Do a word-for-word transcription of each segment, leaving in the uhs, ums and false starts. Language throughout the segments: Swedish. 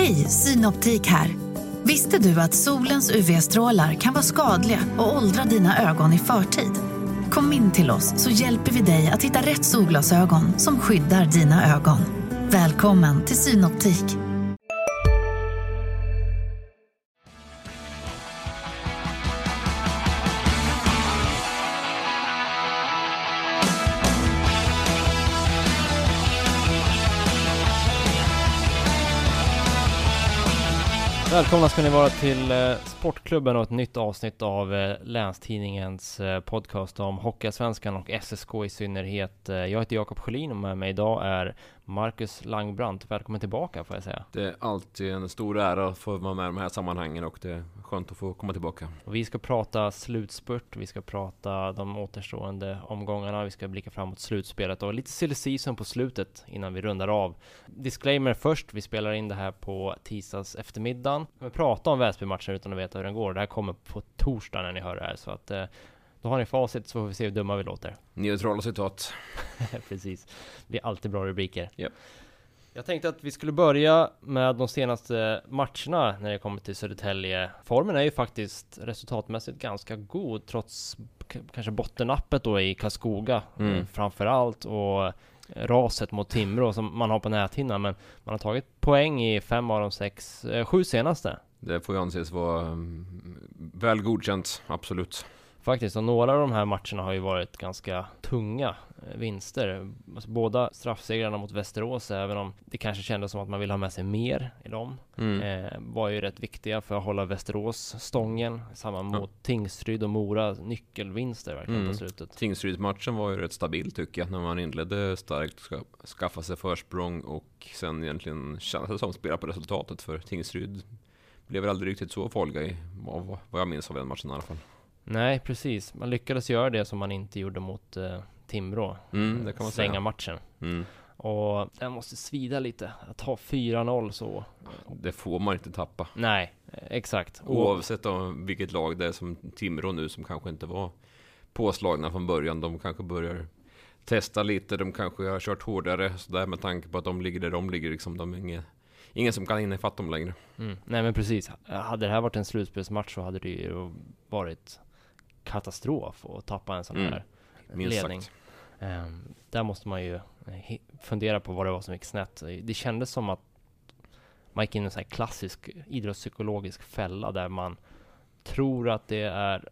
Hej, Synoptik här. Visste du att solens U V-strålar kan vara skadliga och åldra dina ögon i förtid? Kom in till oss så hjälper vi dig att hitta rätt solglasögon som skyddar dina ögon. Välkommen till Synoptik. Välkomna ska ni vara till eh, Sportklubben och ett nytt avsnitt av eh, Länstidningens eh, podcast om Hockeyallsvenskan och S S K i synnerhet. Eh, jag heter Jakob Sjölin och med mig idag är Marcus Langbrandt. Välkommen tillbaka får jag säga. Det är alltid en stor ära att få vara med i de här sammanhangen och det är skönt att få komma tillbaka. Och vi ska prata slutspurt, vi ska prata de återstående omgångarna, vi ska blicka framåt slutspelet och lite silly season på slutet innan vi rundar av. Disclaimer först, vi spelar in det här på tisdags eftermiddagen. Vi pratar om Väsby-matchen utan att veta hur den går. Det här kommer på torsdag när ni hör det här, så att eh, då har ni facit så får vi se hur dumma vi låter. Neutrala citat. Precis, det blir alltid bra rubriker. Yep. Jag tänkte att vi skulle börja med de senaste matcherna när det kommer till Södertälje. Formen är ju faktiskt resultatmässigt ganska god trots k- kanske bottennappet då i Karlskoga mm. eh, framförallt och raset mot Timrå som man har på näthinnan, men man har tagit poäng i fem av de sex, eh, sju senaste. Det får ju anses vara um, väl godkänt, absolut. Faktiskt, och några av de här matcherna har ju varit ganska tunga eh, vinster. Alltså, båda straffsegrarna mot Västerås, även om det kanske kändes som att man vill ha med sig mer i dem, mm. eh, var ju rätt viktiga för att hålla Västerås stången. Samma mot ja. Tingsryd och Mora, nyckelvinster verkligen mm. på slutet. Tingsryd-matchen var ju rätt stabil tycker jag, när man inledde starkt ska skaffa sig försprång och sen egentligen känna sig som spela på resultatet, för Tingsryd blev väl aldrig riktigt så farliga i vad, vad jag minns av den matchen i alla fall. Nej, precis. Man lyckades göra det som man inte gjorde mot eh, Timrå. Mm, det kan man Stänga säga. matchen. Mm. Och den måste svida lite. Att ha fyra noll så. Det får man inte tappa. Nej, exakt. Oavsett om vilket lag det är, som Timrå nu som kanske inte var påslagna från början. De kanske börjar testa lite. De kanske har kört hårdare. Så där med tanke på att de ligger där de ligger. Liksom, de är ingen, ingen som kan innefatta dem längre. Mm. Nej men precis. Hade det här varit en slutspelsmatch så hade det ju varit katastrof och tappa en sån här mm, ledning. Um, där måste man ju he- fundera på vad det var som gick snett. Det kändes som att man gick in i en sån här klassisk idrottspsykologisk fälla där man tror att det är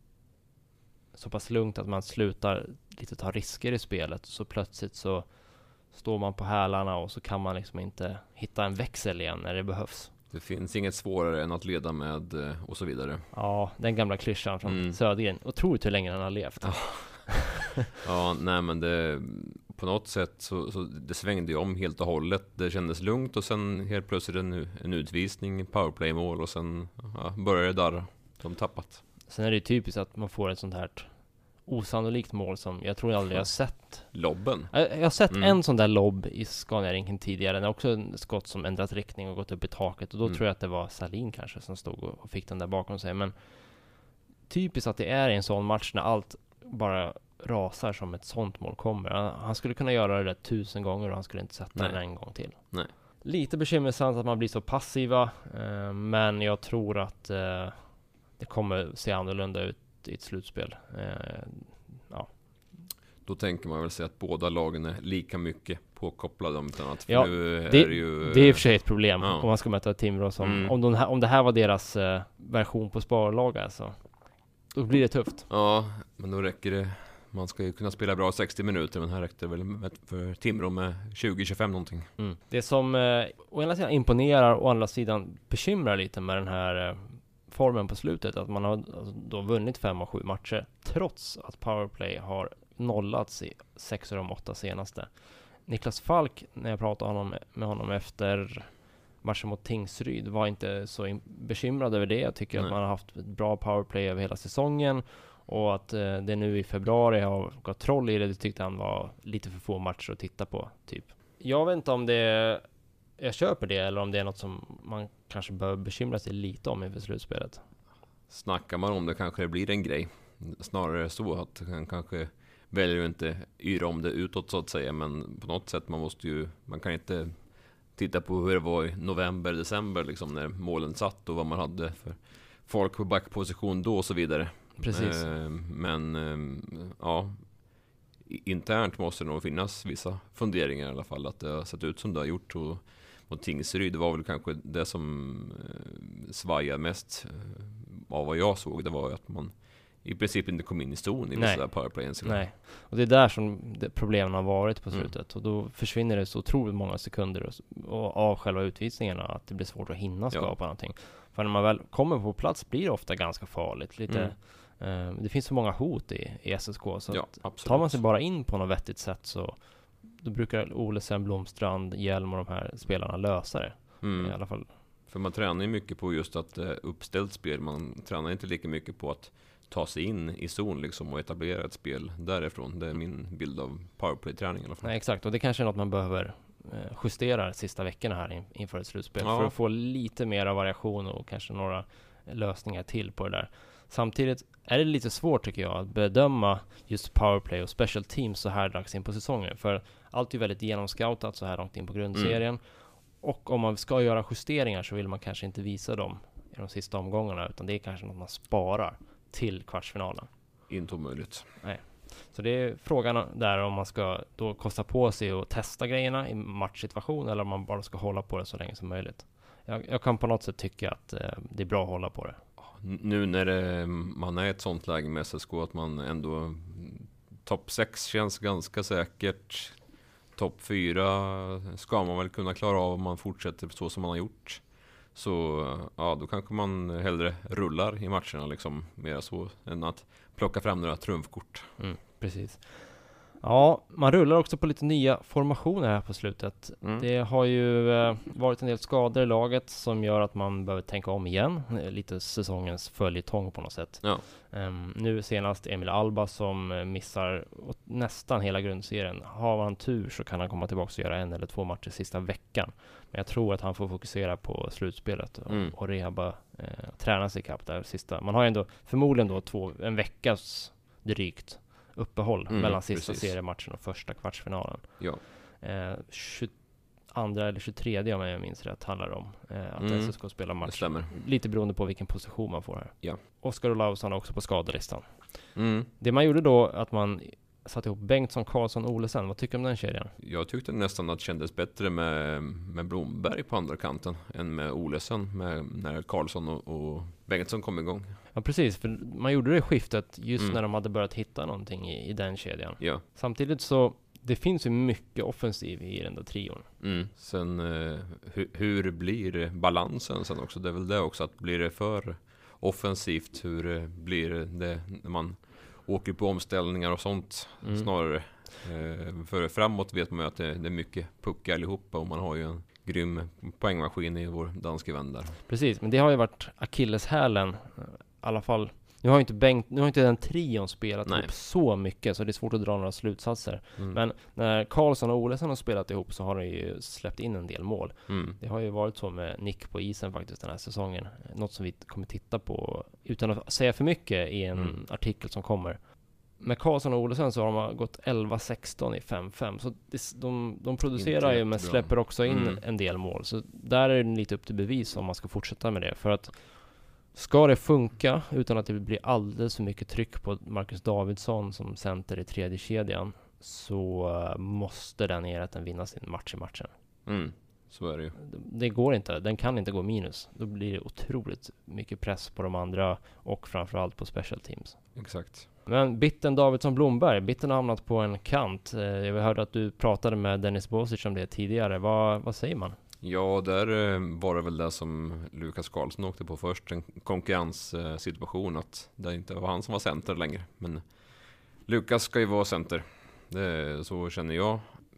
så pass lugnt att man slutar lite ta risker i spelet, så plötsligt så står man på hälarna och så kan man liksom inte hitta en växel igen när det behövs. Det finns inget svårare än att leda med och så vidare. Ja, den gamla klyschan från mm. Södergren. Otroligt hur länge den har levt. Ja, ja nej men det, på något sätt så, så det svängde ju om helt och hållet. Det kändes lugnt och sen helt plötsligt en, en utvisning, powerplay-mål och sen ja, började det där de tappat. Sen är det ju typiskt att man får ett sånt här osannolikt mål som jag tror jag aldrig har sett. Lobben. Jag, jag har sett mm. en sån där lobb i Scania-rinken tidigare. Det är också en skott som ändrat riktning och gått upp i taket. Och då mm. tror jag att det var Salin kanske som stod och, och fick den där bakom sig. Men typiskt att det är en sån match när allt bara rasar som ett sånt mål kommer. Han skulle kunna göra det där tusen gånger och han skulle inte sätta Nej. den en gång till. Nej. Lite bekymmersamt att man blir så passiva. Eh, men jag tror att eh, det kommer se annorlunda ut i ett slutspel. Eh, ja. Då tänker man väl säga att båda lagen är lika mycket påkopplade om utan att ja, nu är det, det ju... det är i och för sig ett problem ja. om man ska möta Timrå som, mm. om, de här, om det här var deras eh, version på sparlag alltså, då blir det tufft. Ja, men då räcker det. Man ska ju kunna spela bra sextio minuter, men här räckte väl med, för Timrå med tjugo till tjugofem någonting. Mm. Det som eh, å ena sidan imponerar och å andra sidan bekymrar lite med den här eh, formen på slutet, att man har alltså, då vunnit fem av sju matcher trots att powerplay har nollats i sex av de åtta senaste. Niklas Falk, när jag pratade honom, med honom efter matchen mot Tingsryd, var inte så in- bekymrad över det. Jag tycker Nej. att man har haft ett bra powerplay över hela säsongen och att eh, det nu i februari har gått troll i det, det tyckte han var lite för få matcher att titta på typ. Jag vet inte om det jag köper det eller om det är något som man kanske bör bekymra sig lite om inför slutspelet. Snackar man om det kanske det blir en grej. Snarare så att han kanske väljer ju inte yra om det utåt så att säga, men på något sätt man måste ju, man kan inte titta på hur det var i november, december liksom, när målen satt och vad man hade för folk på backposition då och så vidare. Precis. Eh, men eh, ja, internt måste det nog finnas vissa funderingar i alla fall, att det har sett ut som det har gjort. Och, och Tingsryd var väl kanske det som eh, svajade mest eh, av vad jag såg. Det var ju att man i princip inte kom in i zon i vissa powerplayen. Nej, och det är där som det problemen har varit på slutet. Mm. Och då försvinner det så otroligt många sekunder och, och av själva utvisningarna att det blir svårt att hinna skapa ja. någonting. För när man väl kommer på plats blir det ofta ganska farligt. Lite, mm. eh, det finns så många hot i, i S S K, så ja, att tar man sig bara in på något vettigt sätt så då brukar Olesen, Blomstrand, Hjelm och de här spelarna lösa det. Mm. I alla fall. För man tränar ju mycket på just att eh, uppställt spel. Man tränar inte lika mycket på att ta sig in i zon liksom och etablera ett spel därifrån. Det är min bild av powerplay-träning i alla fall. Nej, exakt, och det kanske är något man behöver eh, justera de sista veckorna här in, inför ett slutspel ja. för att få lite mer variation och kanske några lösningar till på det där. Samtidigt är det lite svårt tycker jag att bedöma just powerplay och special teams så här dags in på säsongen, för allt är väldigt genomscoutat så här långt in på grundserien. Mm. Och om man ska göra justeringar så vill man kanske inte visa dem i de sista omgångarna, utan det är kanske något man sparar till kvartsfinalen. Inte omöjligt. Nej. Så det är frågan där om man ska då kosta på sig och testa grejerna i matchsituation eller om man bara ska hålla på det så länge som möjligt. Jag, jag kan på något sätt tycka att eh, det är bra att hålla på det. Nu när det, man är i ett sånt läge med S S K att man ändå topp sex känns ganska säkert. Topp fyra ska man väl kunna klara av om man fortsätter så som man har gjort. Så ja, då kanske man hellre rullar i matcherna liksom, mer så än att plocka fram några trumfkort. Mm, precis. Ja, man rullar också på lite nya formationer här på slutet. Mm. Det har ju eh, varit en del skador i laget som gör att man behöver tänka om igen. Lite säsongens följetong på något sätt. Ja. Um, nu senast Emil Alba som eh, missar nästan hela grundserien. Har han tur så kan han komma tillbaka och göra en eller två matcher sista veckan. Men jag tror att han får fokusera på slutspelet och, mm. och rehabba, eh, träna sig ikapp där sista. Man har ändå förmodligen då två, en veckas drygt uppehåll mm, mellan sista precis. seriematchen och första kvartsfinalen. Ja. Eh, tjugoandra eller tjugotredje om jag minns rätt handlar det om eh, att mm. S S K spelar match. Lite beroende på vilken position man får här. Ja. Oskar Olausson är också på skadelistan. Mm. Det man gjorde då att man satte ihop Bengtsson, Karlsson, Olesen. Vad tycker du om den kedjan? Jag tyckte nästan att det kändes bättre med, med Blomberg på andra kanten än med Olesen, med, när Karlsson och, och Bengtsson kom igång. Ja, precis. För man gjorde det skiftet just mm. när de hade börjat hitta någonting i, i den kedjan. Ja. Samtidigt så det finns ju mycket offensiv i den där trion. Mm. Sen eh, hu- hur blir balansen sen också? Det är väl det också, att blir det för offensivt, hur blir det när man åker på omställningar och sånt mm. snarare. Eh, för framåt vet man ju att det, det är mycket pucka allihopa och man har ju en grym poängmaskin i vår danske vän där. Precis, men det har ju varit akilleshälen i alla fall. Nu har ju inte Bengt, nu har inte den trion spelat Nej. ihop så mycket så det är svårt att dra några slutsatser. Mm. Men när Karlsson och Olesen har spelat ihop så har de ju släppt in en del mål. Mm. Det har ju varit så med Nick på isen faktiskt den här säsongen. Något som vi kommer titta på utan att säga för mycket i en mm. artikel som kommer. Med Karlsson och Olesen så har de gått elva sexton i fem fem. Så det, de, de producerar ju men släpper också in mm. en del mål. Så där är det lite upp till bevis om man ska fortsätta med det. För att ska det funka utan att det blir alldeles för mycket tryck på Marcus Davidsson som center i tredje kedjan så måste den enheten vinna sin match i matchen. Mm, så är det ju. Det, det går inte. Den kan inte gå minus. Då blir det otroligt mycket press på de andra och framförallt på special teams. Exakt. Men Bitten Davidsson Blomberg, Bitten har hamnat på en kant. Jag hörde att du pratade med Dennis Bosic om det tidigare. Vad, vad säger man? Ja, där var det väl det som Lukas Karlsson åkte på först. En konkurrenssituation att det inte var han som var center längre. Men Lukas ska ju vara center. Det, så känner jag.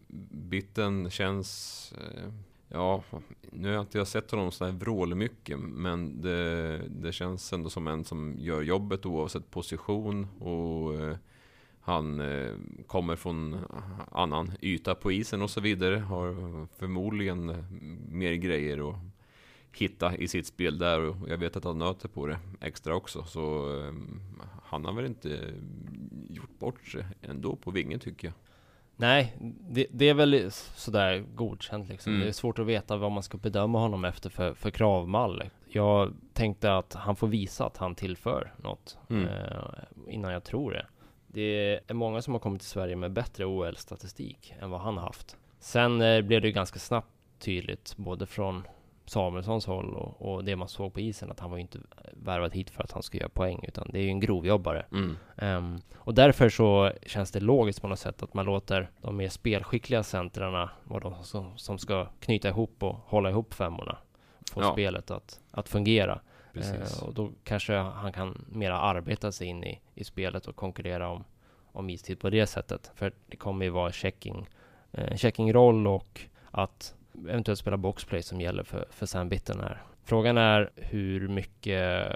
Bitten känns... Ja, nu har jag inte sett honom så här vrål mycket. Men det, det känns ändå som en som gör jobbet oavsett position. Och... Han eh, kommer från annan yta på isen och så vidare. Har förmodligen eh, mer grejer att hitta i sitt spel där. Och jag vet att han nöter på det extra också. Så eh, han har väl inte gjort bort sig ändå på vingen tycker jag. Nej, det, det är väl sådär godkänt liksom. Mm. Det är svårt att veta vad man ska bedöma honom efter för, för kravmall. Jag tänkte att han får visa att han tillför något Mm. eh, innan jag tror det. Det är många som har kommit till Sverige med bättre O L-statistik än vad han har haft. Sen eh, blev det ganska snabbt tydligt, både från Samuelssons håll och, och det man såg på isen, att han var ju inte värvad hit för att han ska göra poäng, utan det är ju en grovjobbare. Mm. Um, och därför så känns det logiskt på något sätt att man låter de mer spelskickliga centrarna vara de som, som ska knyta ihop och hålla ihop femmorna, få Ja. spelet att, att fungera. Precis. Uh, och då kanske han kan mera arbeta sig in i, i spelet och konkurrera om, om istid på det sättet. För det kommer ju vara checking, uh, checking-roll och att eventuellt spela boxplay som gäller för, för Sam Bitten här. Frågan är hur mycket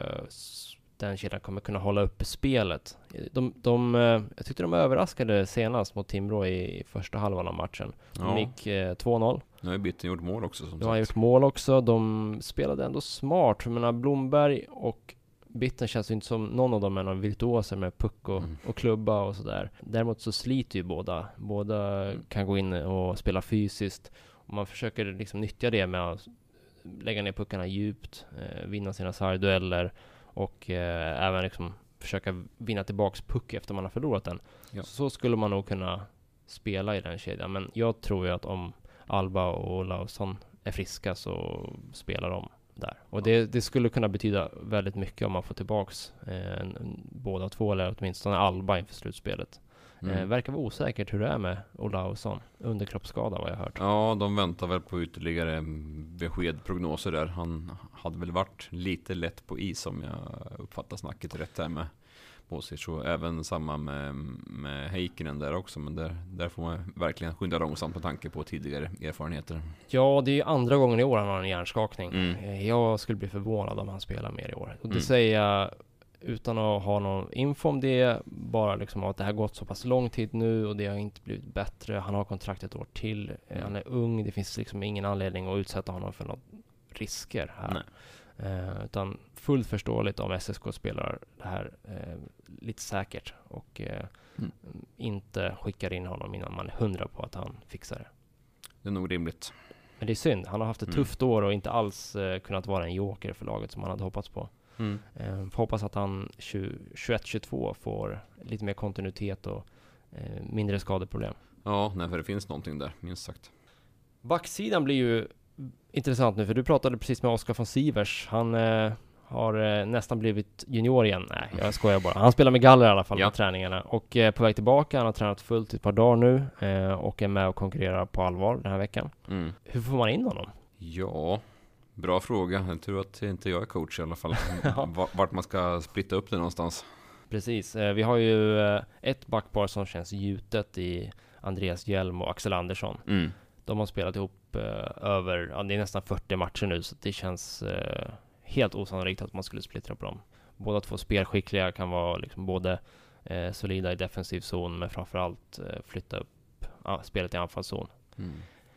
den kedjan kommer kunna hålla uppe spelet. De, de, jag tyckte de överraskade senast mot Timrå i första halvan av matchen. De Ja. gick eh, två noll. Nu har ju Bitten gjort mål också, som De har sagt. gjort mål också. De spelade ändå smart. Jag menar, Blomberg och Bitten känns ju inte som någon av dem är någon virtuoser med puck och, Mm. och klubba och sådär. Däremot så sliter ju båda. Båda kan gå in och spela fysiskt. Och man försöker liksom nyttja det med att lägga ner puckarna djupt, eh, vinna sina sargdueller och eh, även liksom försöka vinna tillbaks puck efter man har förlorat den. Ja. Så skulle man nog kunna spela i den kedjan. Men jag tror ju att om Alba och Olausson är friska så spelar de där. Och det, det skulle kunna betyda väldigt mycket om man får tillbaks eh, en, en, båda två, eller åtminstone Alba inför slutspelet. Mm. Eh, verkar vara osäkert hur det är med Olausson. Underkroppsskada, vad jag har hört. Ja, de väntar väl på ytterligare besked, prognoser där. Han hade väl varit lite lätt på is, om jag uppfattar snacket rätt här med Bosic. Så även samma med, med Heikkinen där också. Men där, där får man verkligen skynda långsamt med tanke på tidigare erfarenheter. Ja, det är ju andra gången i år han har en hjärnskakning. Mm. Eh, Jag skulle bli förvånad om han spelar mer i år. Och det Mm. säger jag utan att ha någon info om det, bara liksom att det har gått så pass lång tid nu och det har inte blivit bättre. Han har kontrakt ett år till. Mm. Han är ung. Det finns liksom ingen anledning att utsätta honom för några risker här. Nej. Eh, utan fullt förståeligt om S S K spelar det här eh, lite säkert och eh, Mm. inte skickar in honom innan man är hundra på att han fixar det. Det är nog rimligt. Men det är synd. Han har haft ett Mm. tufft år och inte alls eh, kunnat vara en joker för laget som han hade hoppats på. Mm. Eh, får hoppas att han tjugoett tjugotvå får lite mer kontinuitet och eh, mindre skadeproblem. Ja, nej, för det finns någonting där, minst sagt. Backsidan blir ju intressant nu, för du pratade precis med Oskar von Sivers. Han eh, har eh, nästan blivit junior igen. Nej, jag skojar bara. Han spelar med galler i alla fall Ja. på träningarna. Och eh, på väg tillbaka. Han har tränat fullt i ett par dagar nu eh, och är med och konkurrerar på allvar den här veckan. Mm. Hur får man in honom? Ja, bra fråga. Jag tror att inte jag är coach i alla fall. Ja. Va- Vart man ska splitta upp det någonstans. Precis. Eh, vi har ju eh, ett backpar som känns gjutet i Andreas Hjelm och Axel Andersson. Mm. De har spelat ihop eh, över, ja, det är nästan fyrtio matcher nu, så det känns eh, helt osannolikt att man skulle splittra på dem. Båda två spelskickliga, kan vara liksom både eh, solida i defensiv zon, men framförallt eh, flytta upp ja, spelet i anfallszon. Mm.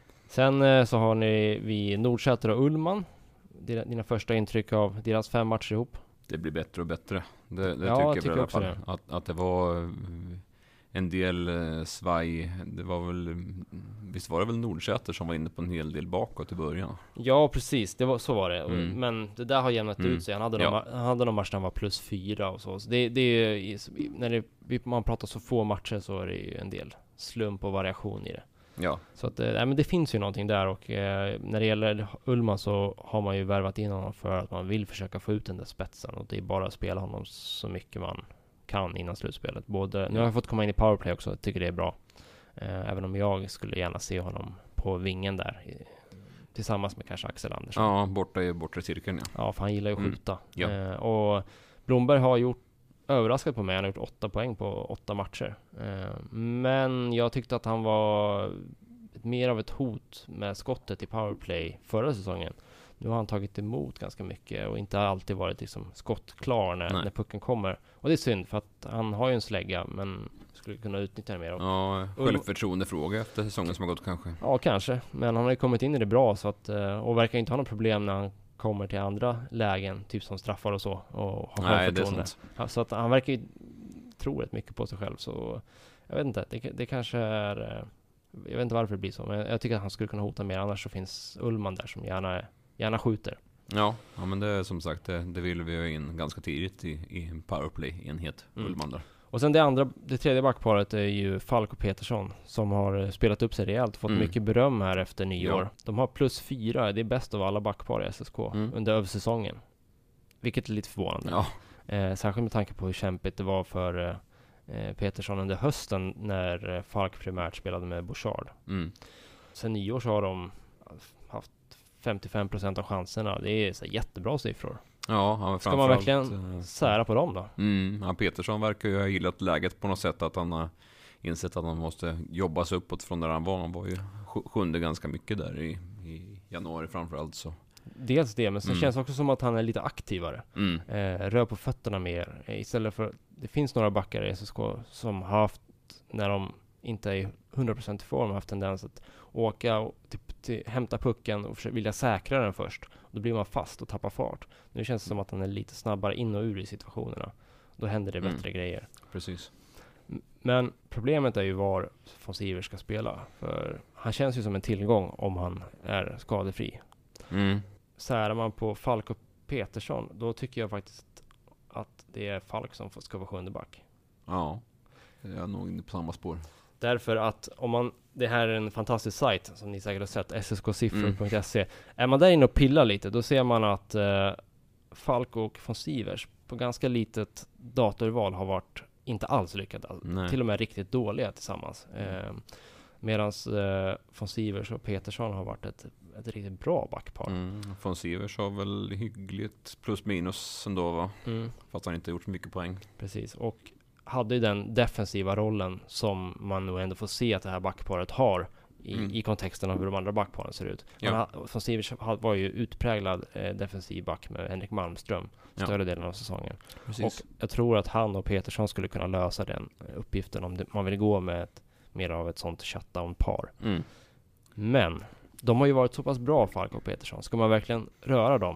Sen eh, så har ni vi Nordsäter och Ullman. Dina, dina första intryck av deras fem matcher ihop? Det blir bättre och bättre. Det, det Ja, tycker jag jag tycker väl i alla också fall. det. Att, att det var eh, en del eh, svaj. Det var väl, visst var det väl Nordsäter som var inne på en hel del bakåt i början. Ja, precis. Det var, så var det. Mm. Men det där har jämnat Mm. ut sig. Han hade, Ja. någon, han hade någon match där han var plus fyra och så. så det, det är ju, när det, vi- man pratar så få matcher så är det ju en del slump och variation i det. Ja. Så att, eh, nej, men det finns ju någonting där, och eh, när det gäller Ullman så har man ju värvat in honom för att man vill försöka få ut den där spetsen, och det är bara att spela honom så mycket man kan innan slutspelet. Både, nu har jag fått komma in i powerplay också, jag tycker det är bra. Eh, även om jag skulle gärna se honom på vingen där i, tillsammans med kanske Axel Andersson. Ja, borta i bortre cirkeln, ja. Ja, för han gillar ju att Mm. skjuta. Ja. Eh, och Blomberg har gjort överraskat på mig. Han har gjort åtta poäng på åtta matcher. Eh, men jag tyckte att han var ett, mer av ett hot med skottet i powerplay förra säsongen. Nu har han tagit emot ganska mycket och inte alltid varit liksom skottklar när, Nej. när pucken kommer. Och det är synd, för att han har ju en slägga, men skulle kunna utnyttja det mer. Och, Ja, självförtroendefråga efter säsongen som har gått kanske. ja, kanske. Men han har ju kommit in i det bra, så att, eh, och verkar inte ha något problem när han kommer till andra lägen, typ som straffar och så, och har Nej, det är självförtroende. sant. Ja, så att han verkar ju tro rätt mycket på sig själv, så jag vet inte, det, det kanske är, eh, jag vet inte varför det blir så, men jag, jag tycker att han skulle kunna hota mer. Annars så finns Ullman där som gärna, gärna skjuter. Ja, ja, men det är som sagt, det, det vill vi ha in ganska tidigt i, i en powerplay-enhet, mm. Ullman där. Och sen det andra, det tredje backparet är ju Falk och Petersson som har spelat upp sig rejält, fått mm. mycket beröm här efter nyår. Ja. De har plus fyra, det är bäst av alla backpar i S S K mm. under översäsongen. Vilket är lite förvånande. Ja. Eh, särskilt med tanke på hur kämpigt det var för eh, Petersson under hösten när eh, Falk primärt spelade med Bouchard. Mm. Sen nyår så har de haft femtiofem procent av chanserna. Det är så jättebra siffror. Ja, han ska man verkligen äh, sära på dem då? Mm, ja, Petersson verkar ju ha gillat läget på något sätt, att han har insett att han måste jobba sig uppåt från där han var. Han var ju sjunde ganska mycket där i, i januari framförallt. Så. Dels det, men sen mm. känns det också som att han är lite aktivare. Mm. Eh, rör på fötterna mer. Eh, istället för, det finns några backar i S S K som har haft, när de inte är hundra procent i form, har haft tendens att åka och typ, till, hämta pucken och försöka, vilja säkra den först. Då blir man fast och tappar fart. Nu känns det som att han är lite snabbare in och ur i situationerna. Då händer det bättre mm. grejer. Precis. M- men problemet är ju var von Sivers ska spela. För han känns ju som en tillgång om han är skadefri. Mm. Särar man på Falk och Petersson, då tycker jag faktiskt att det är Falk som ska vara sjunde back. Ja, jag är nog inne på samma spår. Därför att om man, det här är en fantastisk sajt som ni säkert har sett, s s k siffror punkt se. Mm. Är man där inne och pillar lite, då ser man att eh, Falk och von Sivers på ganska litet datorval har varit inte alls lyckade. Nej. Till och med riktigt dåliga tillsammans. Eh, Medan eh, von Sivers och Petersson har varit ett, ett riktigt bra backpar. Mm. Von Sivers har väl hyggligt plus minus ändå, va? Mm. Fast han inte gjort så mycket poäng. Precis, och hade ju den defensiva rollen som man nog ändå får se att det här backparet har i, mm. i kontexten av hur de andra backparen ser ut. Ja. Von Sivers var ju utpräglad eh, defensiv back med Henrik Malmström större ja. delen av säsongen. Precis. Och jag tror att han och Petersson skulle kunna lösa den uppgiften om det, man vill gå med ett, mer av ett sånt shutdown-par. Mm. Men de har ju varit så pass bra, Falk och Petersson. Ska man verkligen röra dem?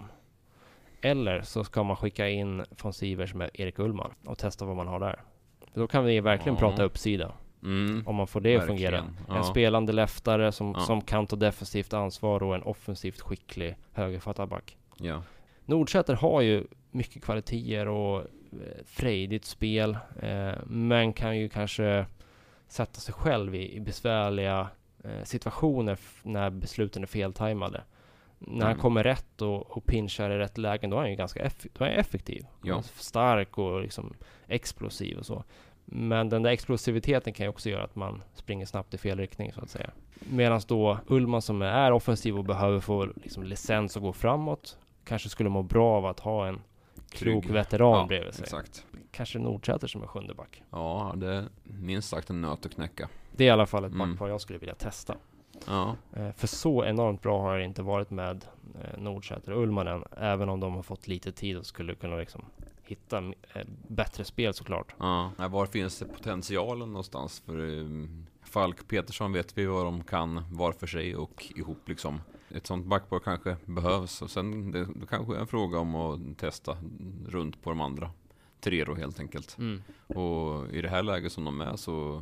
Eller så ska man skicka in von Sivers med Erik Ullman och testa vad man har där. För då kan vi verkligen ja. prata uppsida. Mm. Om man får det att fungera. Ja. En spelande leftare som, ja. som kan ta defensivt ansvar och en offensivt skicklig högerfattad back. Ja. Nordsäter har ju mycket kvaliteter och eh, frejdigt spel. Eh, men kan ju kanske sätta sig själv i, i besvärliga eh, situationer f- när besluten är feltajmade. När mm. han kommer rätt och, och pinchar i rätt lägen, då är han ju ganska eff- då är han effektiv. Ja. Stark och liksom explosiv och så. Men den där explosiviteten kan ju också göra att man springer snabbt i fel riktning, så att säga. Medan då Ullman, som är offensiv och behöver få liksom licens att gå framåt, kanske skulle må bra av att ha en klok Trygg. veteran ja, bredvid sig. Exakt. Kanske Nordsäter som är sjunde back. Ja, det är minst sagt en nöt att knäcka. Det är i alla fall ett mm. backpar jag skulle vilja testa. Ja. Eh, för så enormt bra har det inte varit med eh, Nordsäter och Ullman än, även om de har fått lite tid och skulle kunna liksom hitta eh, bättre spel såklart. Ja. Var finns det potentialen någonstans? För um, Falk Petersson vet vi vad de kan var för sig och ihop liksom. Ett sånt backpar kanske behövs, och sen det, det kanske är en fråga om att testa runt på de andra tre då helt enkelt. Mm. Och i det här läget som de är så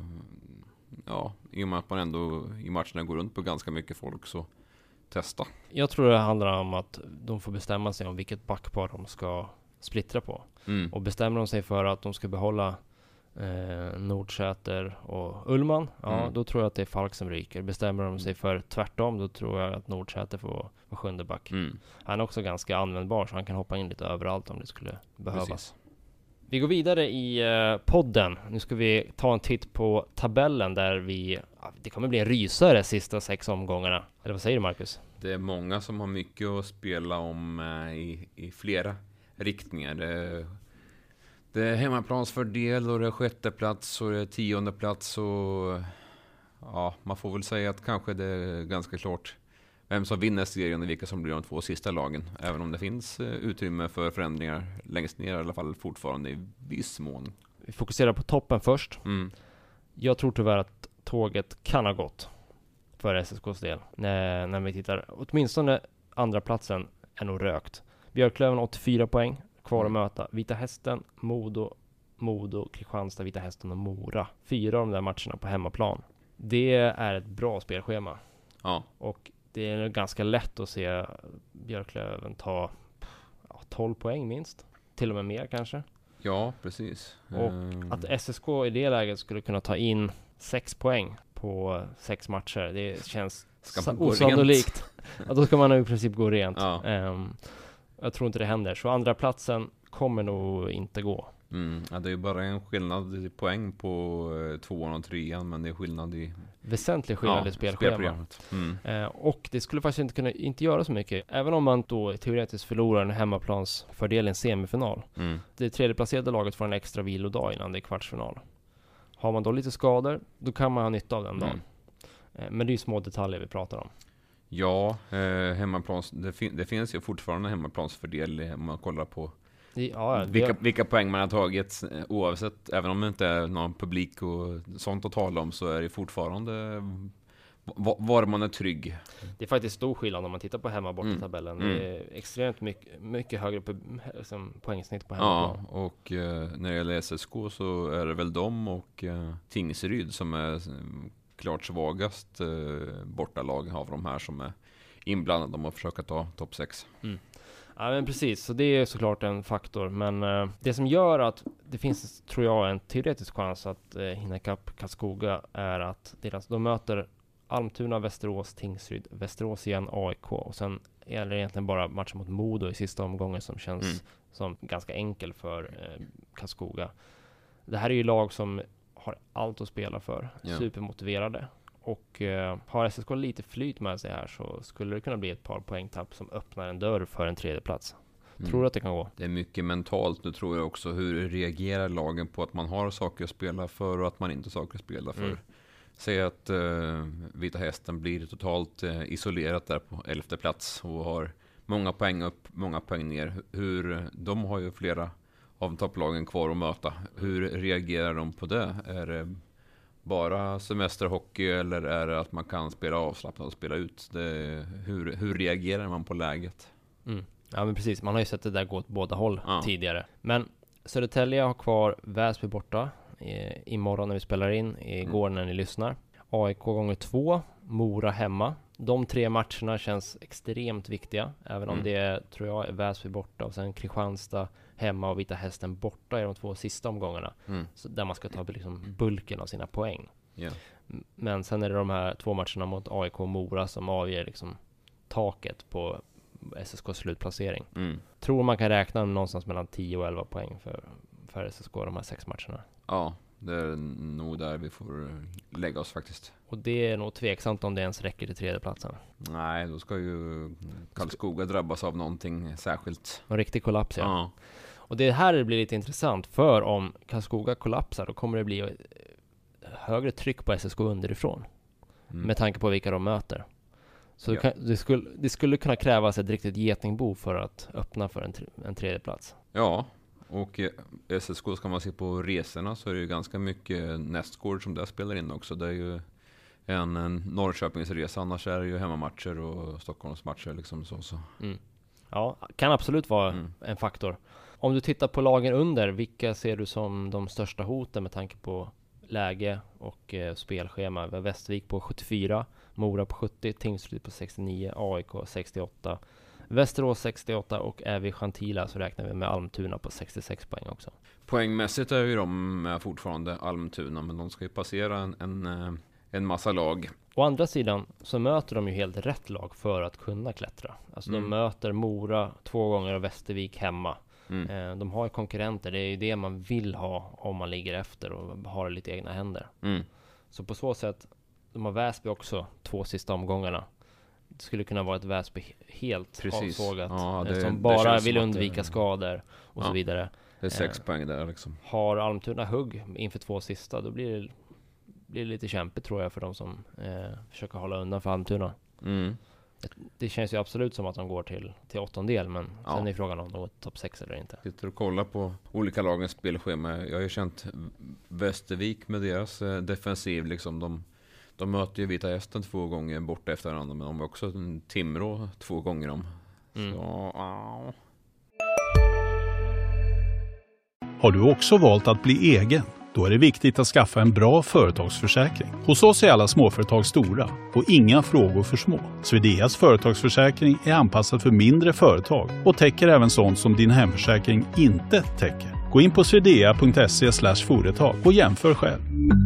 ja, i och med att man ändå i matcherna går runt på ganska mycket folk, så testa. Jag tror det handlar om att de får bestämma sig om vilket backpar de ska splittra på. Mm. Och bestämmer de sig för att de ska behålla eh, Nordsäter och Ullman, ja, mm. då tror jag att det är Falk som ryker. Bestämmer de sig för tvärtom, då tror jag att Nordsäter får vara sjunde back. Mm. Han är också ganska användbar, så han kan hoppa in lite överallt om det skulle behövas. Precis. Vi går vidare i eh, podden. Nu ska vi ta en titt på tabellen där vi... Ja, det kommer bli en rysare sista sex omgångarna. Eller vad säger du, Marcus? Det är många som har mycket att spela om eh, i, i flera riktningar. Det, det är hemmaplansfördel och det är sjätte plats och det är tionde plats. Och, ja, man får väl säga att kanske det är ganska klart vem som vinner serien och vilka som blir de två sista lagen. Även om det finns eh, utrymme för förändringar längst ner i alla fall fortfarande i viss mån. Vi fokuserar på toppen först. Mm. Jag tror tyvärr att tåget kan ha gått för S S K:s del. När, när vi tittar, åtminstone andra platsen är nog rökt. Björklöven åttiofyra poäng kvar mm. att möta. Vita Hästen, Modo Modo, Kristianstad, Vita Hästen och Mora. Fyra av de där matcherna på hemmaplan. Det är ett bra spelschema. Ja. Och det är ganska lätt att se Björklöven ta ja, tolv poäng minst. Till och med mer kanske. Ja, precis. Och um... att S S K i det läget skulle kunna ta in sex poäng på sex matcher, det känns osannolikt. Ja, då ska man i princip gå rent. Ja. Um, jag tror inte det händer. Så andra platsen kommer nog inte gå. Mm. Ja, det är ju bara en skillnad i poäng på eh, tvåan och trean, men det är skillnad i... Väsentlig skillnad ja, i spelschemat. Mm. Eh, och det skulle faktiskt inte kunna inte göra så mycket. Även om man då teoretiskt förlorar en hemmaplansfördel i en semifinal. Mm. Det tredjeplacerade laget får en extra vilodag innan det är kvartsfinal. Har man då lite skador, då kan man ha nytta av den dagen. Mm. Eh, men det är ju små detaljer vi pratar om. Ja, eh, hemmaplans, det, fin- det finns ju fortfarande hemmaplansfördel om man kollar på ja, vilka, det... vilka poäng man har tagit, oavsett, även om det inte är någon publik och sånt att tala om, så är det fortfarande v- var man är trygg. Det är faktiskt stor skillnad om man tittar på hemma-borta-tabellen. Mm. Det är extremt mycket, mycket högre på, liksom, poängsnitt på hemmaplan. Ja, och eh, när det gäller S S K så är det väl de och eh, Tingsryd som är klart svagast eh, bortalag av de här som är inblandade om att försöka ta topp sex. Mm. Ja, men precis, så det är såklart en faktor, men uh, det som gör att det finns, tror jag, en teoretisk chans att uh, hinna ikapp Karlskoga är att deras, de möter Almtuna, Västerås, Tingsryd, Västerås igen, A I K, och sen är det egentligen bara matchen mot Modo i sista omgången som känns mm. som ganska enkel för uh, Karlskoga. Det här är ju lag som har allt att spela för, ja. Supermotiverade. Och eh, har S S K lite flyt med sig här så skulle det kunna bli ett par poängtapp som öppnar en dörr för en tredje plats. Mm. Tror du att det kan gå? Det är mycket mentalt nu, tror jag också. Hur reagerar lagen på att man har saker att spela för och att man inte har saker att spela för? Mm. Säg att eh, Vita Hästen blir totalt eh, isolerat där på elfte plats och har många poäng upp, många poäng ner. Hur, de har ju flera av topplagen kvar att möta. Hur reagerar de på det? Är det bara semesterhockey eller är det att man kan spela avslappnat och spela ut? Det, hur, hur reagerar man på läget? Mm. Ja, men precis. Man har ju sett det där gå åt båda håll ja. tidigare. Men Södertälje har kvar Väsby borta i, imorgon när vi spelar in, igår mm. när ni lyssnar. A I K gånger två, Mora hemma. De tre matcherna känns extremt viktiga, även om mm. det är, tror jag, är Väsby borta och sen Kristianstad hemma och Vita Hästen borta i de två sista omgångarna. Mm. Så där man ska ta liksom bulken av sina poäng. Yeah. Men sen är det de här två matcherna mot A I K och Mora som avger liksom taket på S S K:s slutplacering. Mm. Tror man kan räkna någonstans mellan tio och elva poäng för, för S S K de här sex matcherna. Ja, det är nog där vi får lägga oss faktiskt. Och det är nog tveksamt om det ens räcker till tredje platsen. Nej, då ska ju Karlskoga drabbas av någonting särskilt. En riktig kollaps, ja. ja. Och det här blir lite intressant, för om Karlskoga kollapsar då kommer det bli högre tryck på S S K underifrån. Mm. Med tanke på vilka de möter. Så ja. det, kan, det, skulle, det skulle kunna krävas ett riktigt getingbo för att öppna för en, en tredje plats. Ja, och S S K ska man se på resorna så är det ju ganska mycket nästgård som där spelar in också. Det är ju en, en Norrköpingsresa, annars är det ju hemmamatcher och Stockholmsmatcher liksom så. så. Mm. Ja, kan absolut vara mm. en faktor. Om du tittar på lagen under, vilka ser du som de största hoten med tanke på läge och eh, spelschema? Vi har Västervik på sjuttiofyra, Mora på sjuttio, Tingsryd på sextionio, A I K sextioåtta, Västerås sextioåtta och är vi Chantila så räknar vi med Almtuna på sextiosex poäng också. Poängmässigt är ju de fortfarande Almtuna, men de ska ju passera en, en, en massa lag. Å andra sidan så möter de ju helt rätt lag för att kunna klättra. Alltså mm. de möter Mora två gånger och Västervik hemma. Mm. Eh, de har ju konkurrenter, det är ju det man vill ha om man ligger efter och har lite egna händer. Mm. Så på så sätt, de har Väsby också två sista omgångarna. Det skulle kunna vara ett Väsby helt avsågat. Ja, det, som bara vill undvika det... skador och ja, så vidare. Det är sex eh, poäng där liksom. Har Almtuna hugg inför två sista, då blir det, blir det lite kämpigt tror jag för de som eh, försöker hålla undan för Almtuna. Mm. Det, det känns ju absolut som att de går till, till åttondel, men ja. Sen är frågan om de går till topp sex eller inte. Sitter och kollar på olika lagens spelschema. Jag har ju känt Västervik med deras eh, defensiv liksom. De, de möter ju Vita Hästen två gånger borta efter varandra, men de har också en Timrå två gånger om. Mm. Så, ja. Har du också valt att bli egen? Då är det viktigt att skaffa en bra företagsförsäkring. Hos oss är alla småföretag stora och inga frågor för små. Swedeas företagsförsäkring är anpassad för mindre företag och täcker även sånt som din hemförsäkring inte täcker. Gå in på swedea punkt se slash företag och jämför själv.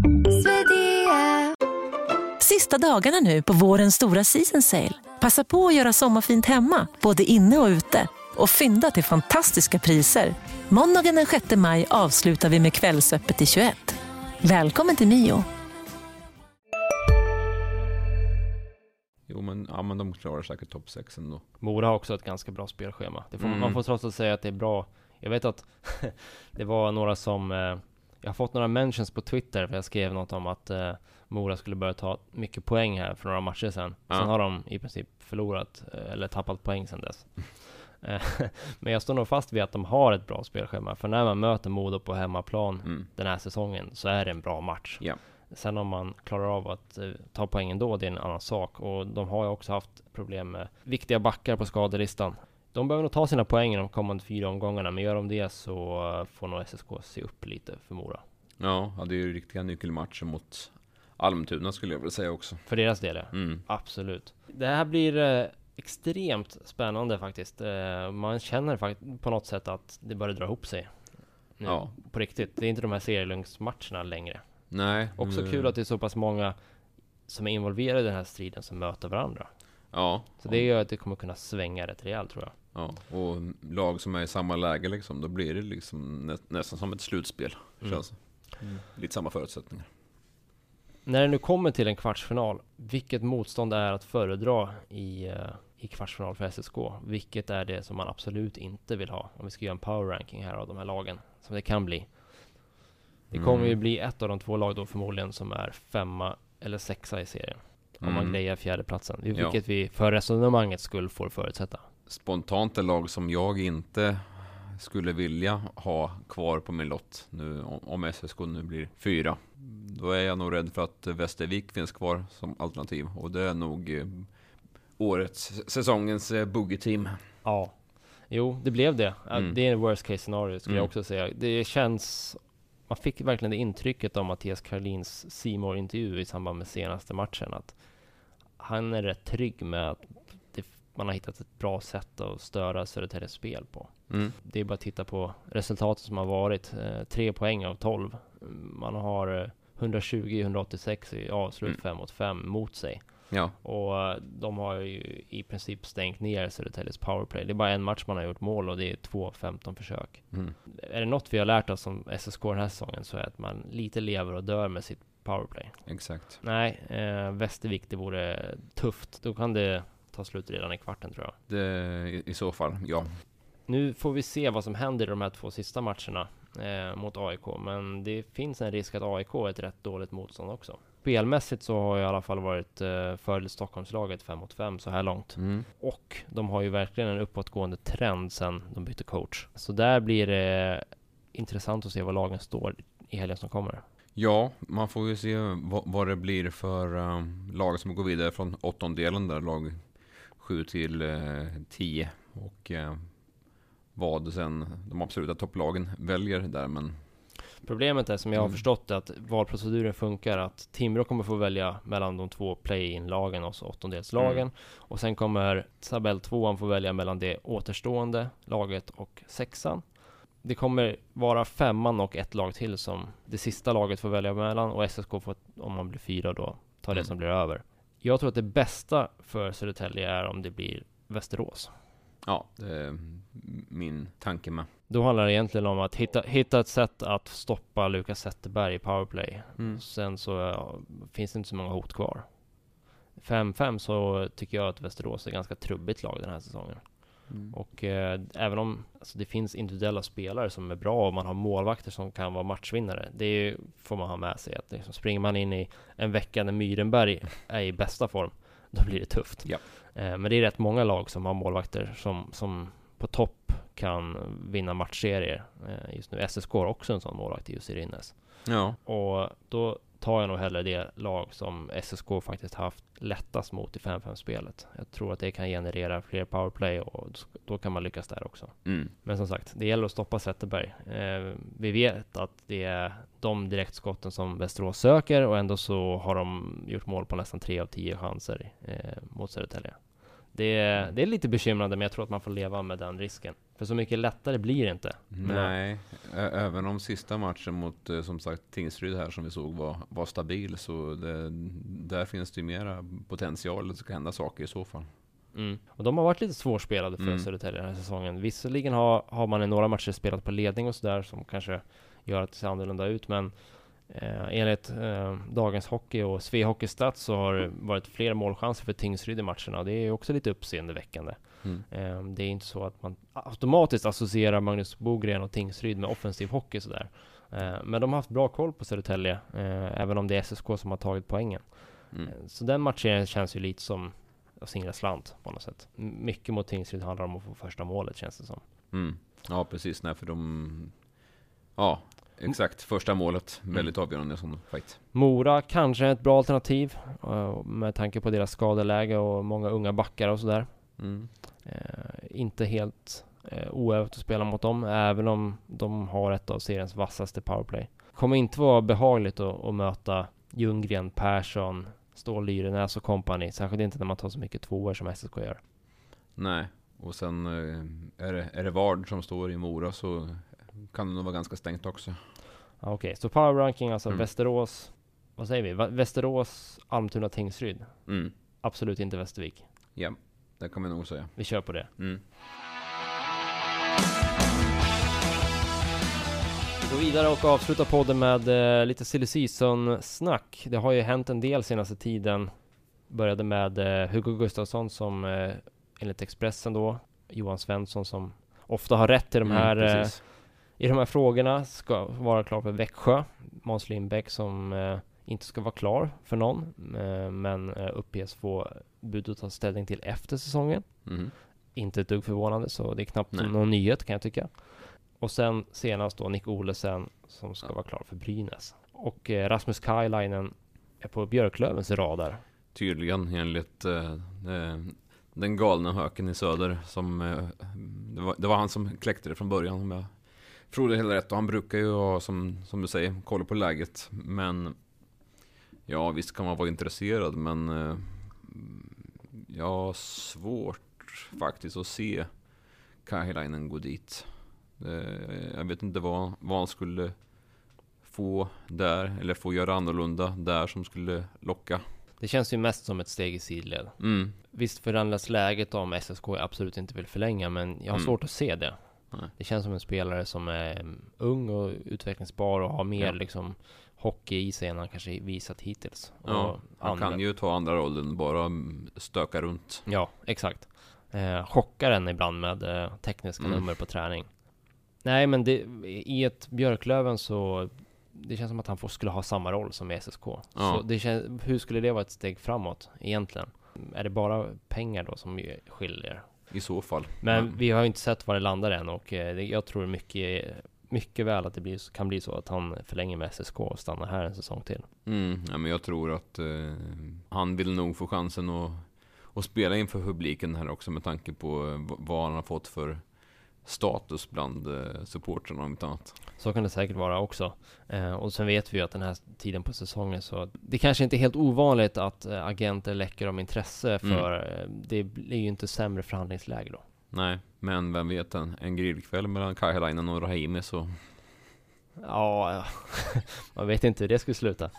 Sista dagarna nu på vårens stora season sale. Passa på att göra sommarfint hemma, både inne och ute. Och fynda till fantastiska priser. Måndagen den sjätte maj avslutar vi med Kvällsöppet i tjugoett. Välkommen till Mio. Jo, men, ja, men de klarar säkert topp sex ändå. Mora har också ett ganska bra spelschema. Det får, Mm. Man får trots att säga att det är bra. Jag vet att det var några som... Eh, jag har fått några mentions på Twitter, för jag skrev något om att eh, Mora skulle börja ta mycket poäng här för några matcher sedan. Ja. Sen har de i princip förlorat, eh, eller tappat poäng sedan dess. Men jag står nog fast vid att de har ett bra spelschema. För när man möter Modo på hemmaplan Mm. den här säsongen så är det en bra match. Ja. Sen om man klarar av att uh, ta poängen då, det är en annan sak. Och de har ju också haft problem med viktiga backar på skadelistan. De behöver nog ta sina poäng i de kommande fyra omgångarna. Men gör de det så uh, får nog S S K se upp lite för Mora. Ja, det är ju riktiga nyckelmatcher mot Almtuna skulle jag vilja säga också. För deras del, ja. Mm. Absolut. Det här blir uh, extremt spännande faktiskt. Uh, man känner faktiskt på något sätt att det börjar dra ihop sig. Nu, Ja. På riktigt. Det är inte de här serielungsmatcherna längre. Nej. Också mm. kul att det är så pass många som är involverade i den här striden som möter varandra. Ja. Så det gör att det kommer kunna svänga rätt rejält, tror jag. Ja, och lag som är i samma läge liksom, då blir det liksom nä- nästan som ett slutspel. Mm. Känns. Mm. Lite samma förutsättningar. När det nu kommer till en kvartsfinal, vilket motstånd är att föredra i, uh, i kvartsfinal för S S K? Vilket är det som man absolut inte vill ha? Om vi ska göra en power ranking här av de här lagen, som det kan bli. Det kommer Mm. ju bli ett av de två lag då förmodligen som är femma eller sexa i serien. Om man Mm. grejar fjärdeplatsen. Ja. Vilket vi för resonemangets skull får förutsätta. Spontant är lag som jag inte skulle vilja ha kvar på min lott nu, om S S K nu blir fyra. Då är jag nog rädd för att Västervik finns kvar som alternativ. Och det är nog eh, årets, säsongens eh, buggeteam. Ja. Jo, det blev det. Mm. Det är en worst case scenario skulle Mm. jag också säga. Det känns... Man fick verkligen det intrycket av Mattias Karlins C More intervju i samband med senaste matchen, att han är rätt trygg med att det, man har hittat ett bra sätt att störa Södertäljes spel på. Mm. Det är bara att titta på resultatet som har varit. Eh, tre poäng av tolv. Man har eh, hundratjugo hundraåttiosex i avslut, Mm. fem mot fem mot sig. Ja. Och eh, de har ju i princip stängt ner Södertäljes powerplay. Det är bara en match man har gjort mål och det är två femton försök. Mm. Är det något vi har lärt oss som S S K den här säsongen, så är att man lite lever och dör med sitt powerplay. Exakt. Nej, eh, Västervik, det vore tufft. Då kan det ta slut redan i kvarten, tror jag. Det, i, I så fall, ja. Nu får vi se vad som händer i de här två sista matcherna eh, mot A I K. Men det finns en risk att A I K är ett rätt dåligt motstånd också. Spelmässigt så har jag i alla fall varit eh, fördel Stockholmslaget fem mot fem så här långt. Mm. Och de har ju verkligen en uppåtgående trend sedan de bytte coach. Så där blir det intressant att se vad lagen står i helgen som kommer. Ja, man får ju se vad, vad det blir för um, lag som går vidare från åttondelen där, lag sju till tio. Och uh, vad sen de absoluta topplagen väljer där, men... Problemet är, som jag har Mm. förstått, att valproceduren funkar att Timrå kommer få välja mellan de två play-in-lagen, alltså åttondelslagen. Mm. Och sen kommer tabell tvåan få välja mellan det återstående laget och sexan. Det kommer vara femman och ett lag till som det sista laget får välja mellan, och S S K får, om man blir fyra då, ta det Mm. som blir över. Jag tror att det bästa för Södertälje är om det blir Västerås. Ja, det är min tanke med. Då handlar det egentligen om att hitta, hitta ett sätt att stoppa Lukas Zetterberg i powerplay. Mm. Sen så ja, finns det inte så många hot kvar. fem fem så tycker jag att Västerås är ganska trubbigt lag den här säsongen. Mm. Och eh, även om alltså, det finns individuella spelare som är bra och man har målvakter som kan vara matchvinnare, det är, får man ha med sig. Att liksom, springer man in i en vecka när Myrenberg är i bästa form, då blir det tufft. Ja. Eh, men det är rätt många lag som har målvakter som, som på topp kan vinna matchserier. Eh, just nu S S K har också en sån målvakt i Jussi Rinnes. Ja. Och då tar jag nog hellre det lag som S S K faktiskt haft lättast mot i fem fem-spelet. Jag tror att det kan generera fler powerplay och då kan man lyckas där också. Mm. Men som sagt, det gäller att stoppa Zetterberg. Eh, vi vet att det är de direktskotten som Västerås söker och ändå så har de gjort mål på nästan tre av tio chanser eh, mot Södertälje. Det är, det är lite bekymrande, men jag tror att man får leva med den risken. För så mycket lättare blir det inte. Nej, Ä- även om sista matchen mot, eh, som sagt, Tingsryd här som vi såg var, var stabil, så det, där finns det ju mera potential att det ska hända saker i så fall. Mm. Och de har varit lite svårspelade för mm. Södertälje den här säsongen. Visserligen har, har man i några matcher spelat på ledning och sådär som kanske gör att det ser annorlunda ut, men Eh, enligt eh, dagens hockey och Sve Hockeystats så har det varit fler målchanser för Tingsryd i matcherna och det är också lite uppseendeväckande. Mm. Eh, det är inte så att man automatiskt associerar Magnus Bogren och Tingsryd med offensiv hockey sådär. Eh, men de har haft bra koll på Södertälje, eh, även om det är S S K som har tagit poängen. Mm. Eh, så den matchen känns ju lite som att singla slant på något sätt. Mycket mot Tingsryd handlar om att få första målet, känns det som. Mm. Ja, precis. Nej, för de... Ja, exakt. Första målet. Väldigt mm. avgörande som fight. Mora kanske är ett bra alternativ uh, med tanke på deras skadeläge och många unga backar och sådär. Mm. Uh, inte helt uh, oövat att spela mot dem, även om de har ett av seriens vassaste powerplay. Kommer inte vara behagligt att, att möta Ljunggren, Persson, Stål, Lyrenäs och company. Särskilt inte när man tar så mycket tvåor som S S K gör. Nej, och sen uh, är, det, är det Vard som står i Mora, så kan det nog vara ganska stängt också. Okej, okay. Så power ranking alltså mm. Västerås, vad säger vi? Va- Västerås, Almtuna, Tingsryd. Mm. Absolut inte Västervik. Ja, det kan vi nog säga. Vi kör på det. Mm. Vi går vidare och avslutar podden med eh, lite silly season-snack. Det har ju hänt en del senaste tiden. Började med eh, Hugo Gustafsson som eh, enligt Expressen då, Johan Svensson som ofta har rätt i de här mm, eh, i de här frågorna, ska vara klar för Växjö. Måns Lindbäck som eh, inte ska vara klar för någon, eh, men eh, uppges få bud att ta ställning till efter säsongen. Mm. Inte ett dugg förvånande, så det är knappt Nej. någon nyhet kan jag tycka. Och sen senast då Nick Olesen som ska ja. vara klar för Brynäs. Och eh, Rasmus Kailainen är på Björklövens radar. Tydligen enligt eh, eh, den galna höken i söder som eh, det, var, det var han som kläckte det från början, om jag tror det hela rätt. Och han brukar ju ha, som, som du säger, kolla på läget. Men ja, visst kan man vara intresserad, men eh, jag har svårt faktiskt att se Kailainen gå dit. Eh, jag vet inte vad, vad han skulle få där, eller få göra annorlunda där som skulle locka. Det känns ju mest som ett steg i sidled. Mm. Visst förändras läget om S S K absolut inte vill förlänga, men jag har mm. svårt att se det. Nej. Det känns som en spelare som är ung och utvecklingsbar och har mer ja. liksom hockey i sig än han kanske visat hittills. Ja, och han andra. kan ju ta andra rollen, bara stöka runt. Ja, exakt. Eh, chockar en ibland med eh, tekniska mm. nummer på träning. Nej, men det, i ett Björklöven så det känns som att han får, skulle ha samma roll som i S S K. Ja. Så det känns, hur skulle det vara ett steg framåt egentligen? Är det bara pengar då som skiljer? I så fall. Men ja. vi har ju inte sett var det landar än, och eh, det, jag tror mycket, mycket väl att det blir, kan bli så att han förlänger med S S K och stannar här en säsong till. Mm, ja, men jag tror att eh, han vill nog få chansen att, att spela inför publiken här också, med tanke på eh, vad han har fått för status bland eh, supporterna om inte annat. Så kan det säkert vara också. Eh, och sen vet vi ju att den här tiden på säsongen, så det kanske inte är helt ovanligt att eh, agenter läcker om intresse, för mm. eh, det blir ju inte sämre förhandlingsläge då. Nej, men vem vet, en, en grillkväll mellan Kailainen och Rahimi så... Ja, ja. Man vet inte hur det skulle sluta.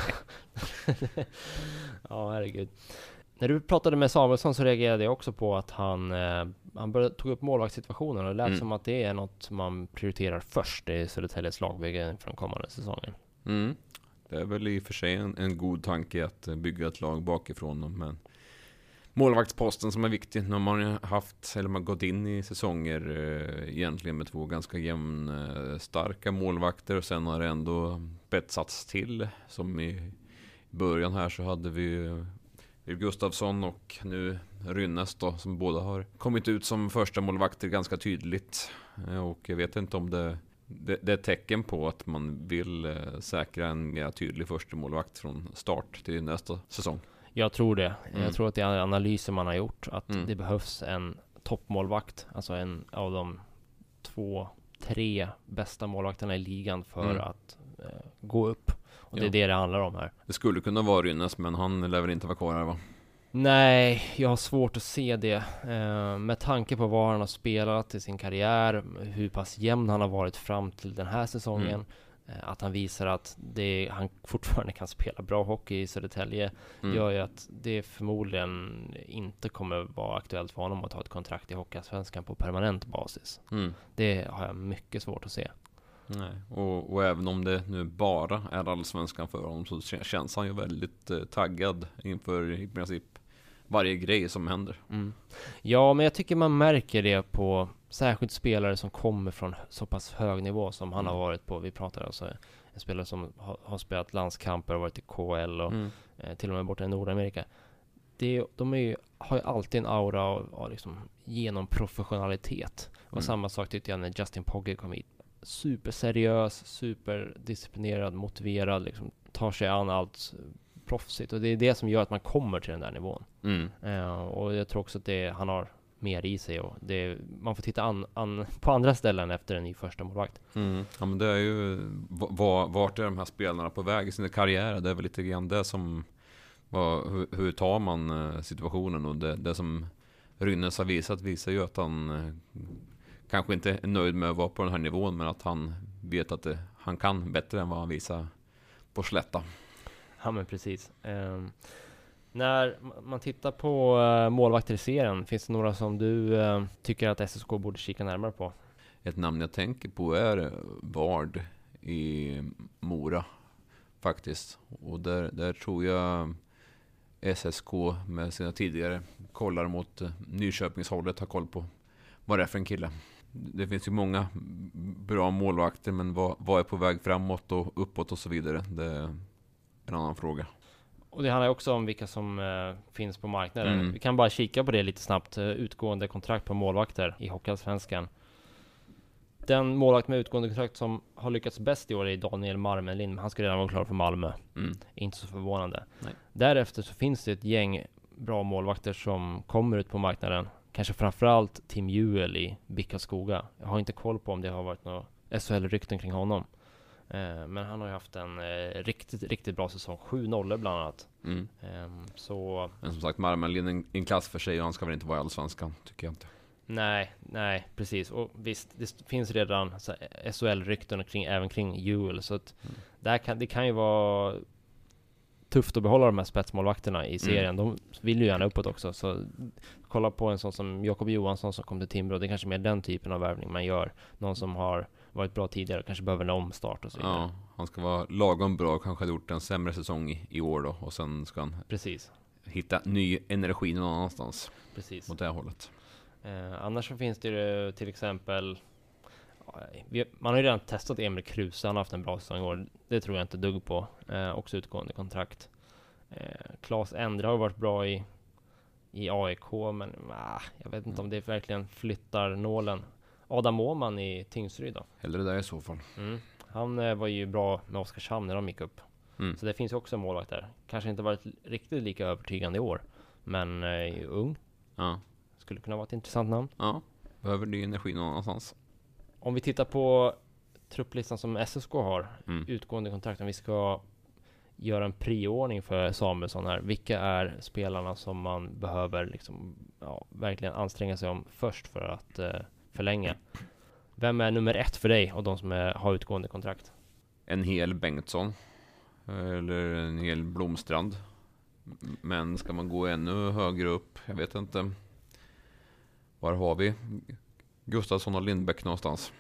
Ja, herregud. När du pratade med Samuelsson så reagerade jag också på att han, eh, han började, tog upp målvaktssituationen, och det lät mm. som att det är något man prioriterar först i Södertäljes lagbygge för den kommande säsongen. Mm. Det är väl i och för sig en, en god tanke att bygga ett lag bakifrån, men målvaktsposten som är viktig när man har haft, eller man gått in i säsonger eh, egentligen med två ganska jämn eh, starka målvakter, och sen har det ändå betsats till, som i början här så hade vi Gustafsson och nu Rynnes då, som båda har kommit ut som första målvakter ganska tydligt. Och jag vet inte om det det, det är ett tecken på att man vill eh, säkra en mer tydlig första målvakt från start till nästa säsong. Jag tror det. Mm. Jag tror att det är analyser man har gjort. Att Mm. det behövs en toppmålvakt. Alltså en av de två, tre bästa målvakterna i ligan för Mm. att eh, gå upp. Och det Ja. är det det handlar om här. Det skulle kunna vara Rynnes, men han lär väl inte vara kvar här, va? Nej, jag har svårt att se det. Eh, med tanke på vad han har spelat i sin karriär, hur pass jämn han har varit fram till den här säsongen. Mm. Eh, att han visar att det, han fortfarande kan spela bra hockey i Södertälje. Mm. Gör ju att det förmodligen inte kommer vara aktuellt för honom att ta ett kontrakt i Hockeyallsvenskan på permanent basis. Mm. Det har jag mycket svårt att se. Nej. Och, och även om det nu bara är allsvenskan för honom, så känns han ju väldigt eh, taggad inför i princip varje grej som händer. Mm. Ja, men jag tycker man märker det på särskilt spelare som kommer från så pass hög nivå som han Mm. har varit på. Vi pratar alltså en spelare som har, har spelat landskamper och varit i K H L och Mm. eh, till och med borta i Nordamerika. Det, de är ju, har ju alltid en aura av, av liksom genom professionalitet. Och Mm. samma sak tyckte jag när Justin Pogge kom hit. Superdisciplinerad, superdisciplinerad, motiverad, liksom tar sig an allt proffsigt. Och det är det som gör att man kommer till den där nivån. Mm. Uh, och jag tror också att det, han har mer i sig. Och det, man får titta an, an, på andra ställen efter en ny första målvakt. Mm. Ja, men det är ju va- vart är de här spelarna på väg i sina karriärer? Det är väl lite grann det som vad, hur, hur tar man eh, situationen, och det, det som Rynnes har visat visar ju att han eh, kanske inte är nöjd med att vara på den här nivån, men att han vet att det, han kan bättre än vad han visar på Slätta. Ja, men precis. Um, när man tittar på uh, målvakter i serien, finns det några som du uh, tycker att S S K borde kika närmare på? Ett namn jag tänker på är Vard i Mora faktiskt. Och där, där tror jag S S K med sina tidigare kollar mot Nyköpingshållet har koll på vad det är för en kille. Det finns ju många bra målvakter, men vad, vad är på väg framåt och uppåt och så vidare, det är en annan fråga. Och det handlar också om vilka som uh, finns på marknaden. Mm. Vi kan bara kika på det lite snabbt. Uh, utgående kontrakt på målvakter i Hockeyallsvenskan. Den målvakt med utgående kontrakt som har lyckats bäst i år är Daniel Marmelin. Han ska redan vara klar för Malmö. Mm. Inte så förvånande. Nej. Därefter så finns det ett gäng bra målvakter som kommer ut på marknaden. Kanske framförallt Tim Juel i Bickaskoga. Jag har inte koll på om det har varit några S H L-rykten kring honom. Eh, men han har ju haft en eh, riktigt, riktigt bra säsong. Sju nollor bland annat. Mm. Eh, så Men som sagt, Marmelin är en, en klass för sig, och han ska väl inte vara i allsvenskan, tycker jag inte. nej, nej, precis. Och visst, det finns redan så här S H L-rykten kring, även kring Juel. Så att Mm. där kan, det kan ju vara tufft att behålla de här spetsmålvakterna i serien. De vill ju gärna uppåt också. Så kolla på en sån som Jakob Johansson som kom till Timrå. Det är kanske mer den typen av värvning man gör. Någon som har varit bra tidigare och kanske behöver en omstart och så vidare. Ja, han ska vara lagom bra, kanske hade gjort en sämre säsong i, i år då, och sen ska han Precis, hitta ny energi någon annanstans precis. åt det här hållet. Eh, annars så finns det ju till exempel vi, man har ju redan testat Emil Kruse. Han har haft en bra säsong i år. Det tror jag inte dugg på. Eh, också utgående kontrakt. Eh, Claes Endre har varit bra i i A I K, men ah, jag vet inte om det verkligen flyttar nålen. Adam Åhman i Tingsryd då. Hellre det i så fall. Mm. Han eh, var ju bra med Oskarshamn när de gick upp. Mm. Så det finns ju också en målvakt där. Kanske inte varit riktigt lika övertygande i år, men eh, ung. Ja. Skulle kunna vara ett intressant namn. Ja. Behöver ny energi någon annanstans. Om vi tittar på trupplistan som S S K har, Mm. utgående kontrakt, om vi ska göra en prioordning för Samuelsson här. Vilka är spelarna som man behöver liksom, ja, verkligen anstränga sig om först för att eh, förlänga? Vem är nummer ett för dig av de som är, har utgående kontrakt? En hel Bengtsson. Eller en hel Blomstrand. Men ska man gå ännu högre upp, jag vet inte. Var har vi Gustafsson och Lindbäck någonstans?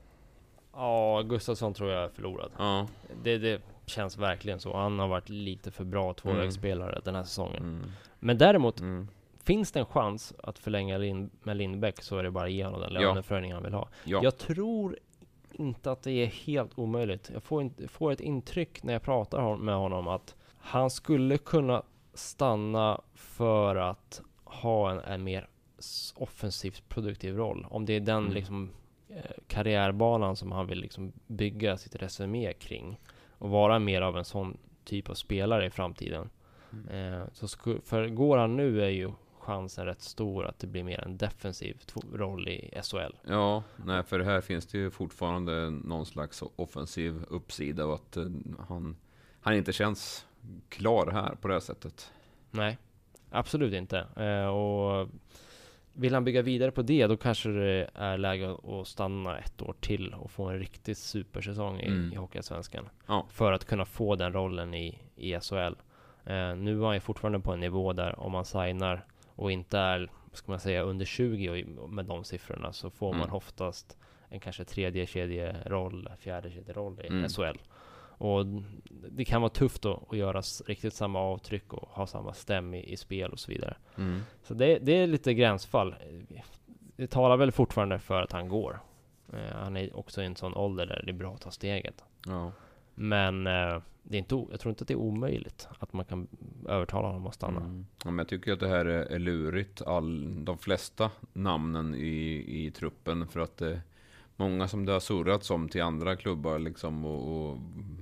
Ja, Gustafsson tror jag är förlorad. Ja. Det, det känns verkligen så. Han har varit lite för bra tvåvägsspelare Mm. den här säsongen. Mm. Men däremot, Mm. finns det en chans att förlänga Lind, med Lindbäck, så är det bara att ge honom den Ja. löneförhöjning han vill ha. Ja. Jag tror inte att det är helt omöjligt. Jag får, inte, får ett intryck när jag pratar med honom att han skulle kunna stanna för att ha en, en mer s- offensivt produktiv roll. Om det är den Mm. liksom eh, karriärbanan som han vill liksom bygga sitt resumé kring och vara mer av en sån typ av spelare i framtiden. Mm. Eh, så sku- för går han nu är ju chansen rätt stor att det blir mer en defensiv roll i S H L. Ja, nej, för här finns det ju fortfarande någon slags offensiv uppsida och att eh, han, han inte känns klar här på det här sättet. Nej, absolut inte. Eh, och vill han bygga vidare på det, då kanske det är läge att stanna ett år till och få en riktigt supersäsong i, mm. i Hockeyallsvenskan. Ja. För att kunna få den rollen i, i S H L. Eh, nu är han ju fortfarande på en nivå där om man signar och inte är, ska man säga, under tjugo och med de siffrorna, så får man mm. oftast en kanske tredje kedjeroll, fjärde kedjeroll i mm. S H L. Och det kan vara tufft då att göra riktigt samma avtryck och ha samma stäm i, i spel och så vidare. Mm. Så det, det är lite gränsfall. Det talar väl fortfarande för att han går. Eh, han är också i en sån ålder där det är bra att ta steget. Ja. Men eh, det är inte, jag tror inte att det är omöjligt att man kan övertala honom att stanna. Mm. Ja, men jag tycker att det här är, är lurigt. All, de flesta namnen i, i truppen, för att det många som det har surrats om till andra klubbar liksom, och, och,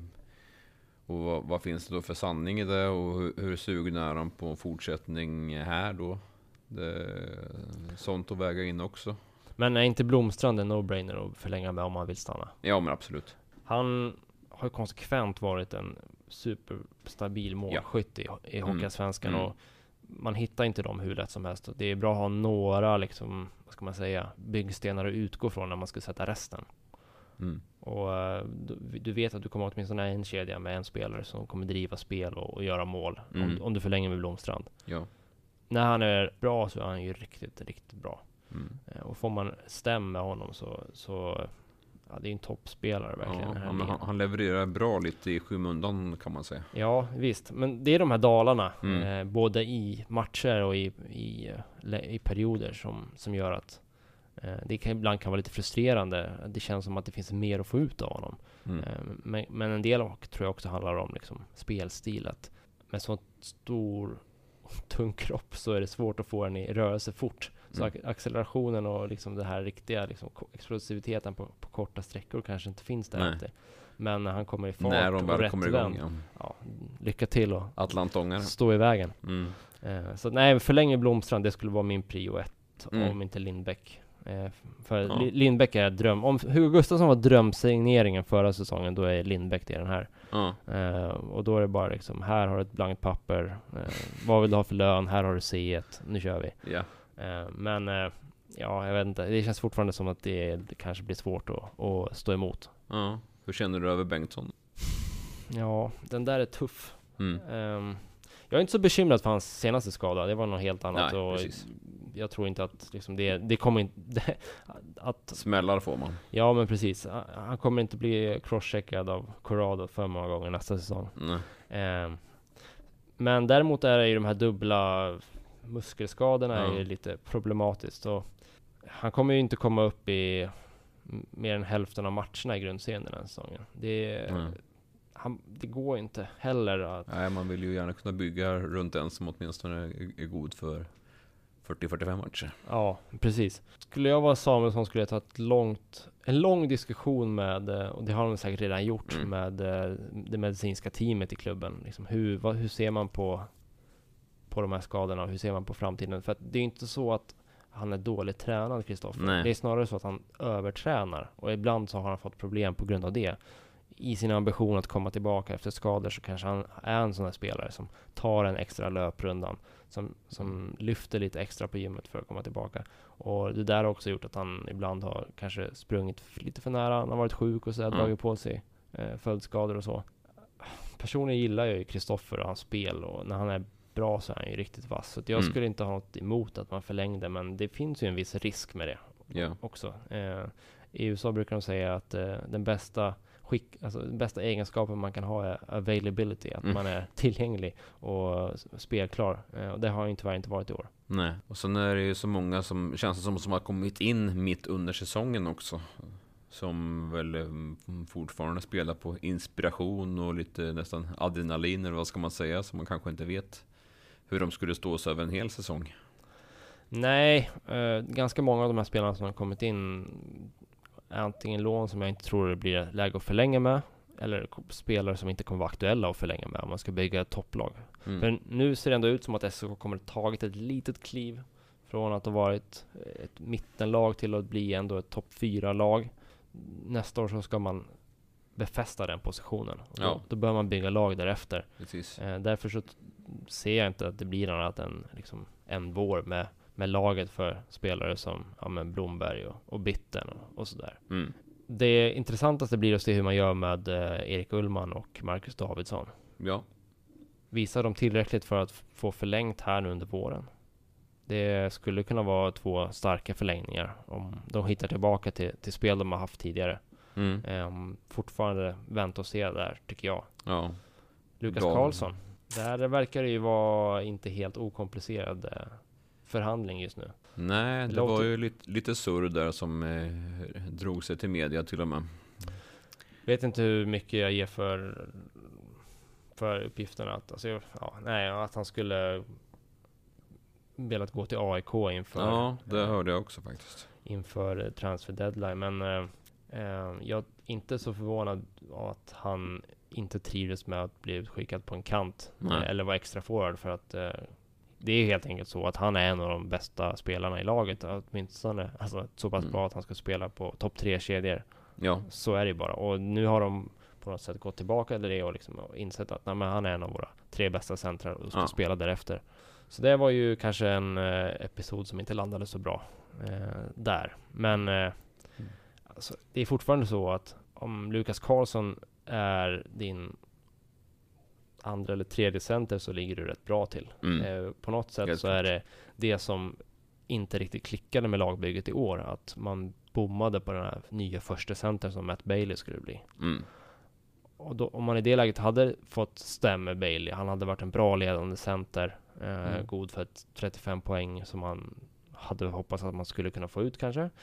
och vad, vad finns det då för sanning i det, och hur, hur sugen är han på fortsättning här då? Det är sånt att väga in också. Men är inte Blomstrand en no-brainer att förlänga med om han vill stanna? Ja, men absolut. Han har konsekvent varit en superstabil målskytt ja. i, i Hockeyallsvenskan mm. och man hittar inte dem hur lätt som helst. Det är bra att ha några liksom, vad ska man säga, byggstenar att utgå från när man ska sätta resten. Mm. Och du, du vet att du kommer åtminstone en kedja med en spelare som kommer driva spel och, och göra mål mm. om, om du förlänger med Blomstrand. Ja. När han är bra så är han ju riktigt, riktigt bra. Mm. Och får man stäm med honom så, så ja, det är en toppspelare verkligen. Ja, han, han, han levererar bra lite i skymundan kan man säga. Ja, visst. Men det är de här dalarna, mm. eh, både i matcher och i, i, i perioder som, som gör att eh, det kan, ibland kan vara lite frustrerande. Det känns som att det finns mer att få ut av honom. Mm. Eh, men, men en del tror jag också handlar om liksom, spelstil. Att med så stor tung kropp så är det svårt att få den i rörelse fort. Så mm. accelerationen och liksom det här riktiga liksom, explosiviteten på, på korta sträckor kanske inte finns där alltid. Men när han kommer i fart när de och rätt kommer igång, ja. Ja, lycka till och Atlantångare. Stå i vägen. Mm. Eh, så nej, förlänger Blomstrand, det skulle vara min prio ett mm. om inte Lindbäck. Eh, för ja. Lindbäck är dröm. Om Hugo Gustafsson var drömsigneringen förra säsongen, då är Lindbäck det den här. Ja. Eh, och då är det bara liksom, här har du ett blankt papper. Eh, vad vill du ha för lön? Här har du C ett. Nu kör vi. Ja. Uh, men uh, ja, jag vet inte. Det känns fortfarande som att det, det kanske blir svårt att, att stå emot. Ja. Hur känner du över Bengtsson? Ja, den där är tuff. Mm. Um, jag är inte så bekymrad för hans senaste skada. Det var något helt annat. Nej, och precis. Jag tror inte att liksom, det, det kommer inte... att, smällar får man. Ja, men precis. Han kommer inte bli crosscheckad av Corrado för många gånger nästa säsong. Nej. Um, men däremot är det ju de här dubbla... muskelskadorna ja. är ju lite problematiskt och han kommer ju inte komma upp i mer än hälften av matcherna i grundserien den här säsongen. Det, mm. han, det går inte heller att... Nej, man vill ju gärna kunna bygga runt en som åtminstone är, är god för fyrtio till fyrtiofem matcher. Ja, precis. Skulle jag vara Samuelsson skulle jag ta ett långt, en lång diskussion med, och det har de säkert redan gjort, mm. med det medicinska teamet i klubben. Liksom hur, vad, hur ser man på på de här skadorna och hur ser man på framtiden? För att det är inte så att han är dåligt tränad, Kristoffer. Det är snarare så att han övertränar och ibland så har han fått problem på grund av det. I sin ambition att komma tillbaka efter skador så kanske han är en sån här spelare som tar en extra löprundan, som, som lyfter lite extra på gymmet för att komma tillbaka. Och det där har också gjort att han ibland har kanske sprungit lite för nära. Han har varit sjuk och så, mm. dragit på sig eh, följdskador och så. Personen gillar ju Kristoffer och hans spel, och när han är bra så är han ju riktigt vass. Så jag mm. skulle inte ha något emot att man förlängde, men det finns ju en viss risk med det yeah. också. Eh, I U S A brukar de säga att eh, den bästa skick, alltså den bästa egenskapen man kan ha är availability, att mm. man är tillgänglig och spelklar. Eh, och det har ju tyvärr inte varit i år. Nej, och sen är det ju så många som känns som, som har kommit in mitt under säsongen också, som väl fortfarande spelar på inspiration och lite nästan adrenalin, eller vad ska man säga, som man kanske inte vet hur de skulle stå sig över en hel säsong. Nej, eh, ganska många av de här spelarna som har kommit in antingen lån som jag inte tror det blir läge att förlänga med, eller spelare som inte kommer vara aktuella att förlänga med om man ska bygga ett topplag. Mm. Men nu ser det ändå ut som att S K kommer att tagit ett litet kliv från att ha varit ett mittenlag till att bli ändå ett topp fyra lag. Nästa år så ska man befästa den positionen. Och Ja. då, då bör man bygga lag därefter. Precis. Eh, därför så t- ser jag inte att det blir annat än liksom en vår med, med laget för spelare som ja, men Blomberg och, och Bitten och, och sådär. Mm. Det intressantaste blir att se hur man gör med eh, Erik Ullman och Marcus Davidsson. Ja. Visar de tillräckligt för att f- få förlängt här nu under våren? Det skulle kunna vara två starka förlängningar om de hittar tillbaka till, till spel de har haft tidigare. Mm. Um, fortfarande vänta och se där, tycker jag. Ja. Lukas Ja. Karlsson. Där verkar det ju vara inte helt okomplicerad eh, förhandling just nu. Nej, det låter- var ju lite, lite surr där som eh, drog sig till media till och med. Vet inte hur mycket jag ger för för uppgifterna att, alltså, jag- ja, nej, att han skulle velat gå till A I K inför Ja, det eh, hörde jag också faktiskt. inför eh, transfer deadline, men eh, eh, jag är inte så förvånad av att han inte trivdes med att bli utskickad på en kant Nej. eh, eller vara extra forward, för att eh, det är helt enkelt så att han är en av de bästa spelarna i laget, åtminstone alltså, så pass Mm. bra att han ska spela på topp tre kedjor. Ja, Så är det ju bara, och nu har de på något sätt gått tillbaka till det och liksom insett att nej, men han är en av våra tre bästa centrar och ska Ja. spela därefter. Så det var ju kanske en eh, episod som inte landade så bra eh, där. Men eh, alltså, det är fortfarande så att om Lukas Karlsson är din andra eller tredje center så ligger du rätt bra till. mm. Eh, på något sätt Helt så klart. är det det som inte riktigt klickade med lagbygget i år, att man bommade på den här nya första center som Matt Bailey skulle bli. Mm. Och då, om man i det läget hade fått stämma Bailey, han hade varit en bra ledande center, eh, Mm. god för ett trettiofem poäng som man hade hoppats att man skulle kunna få ut kanske. Mm.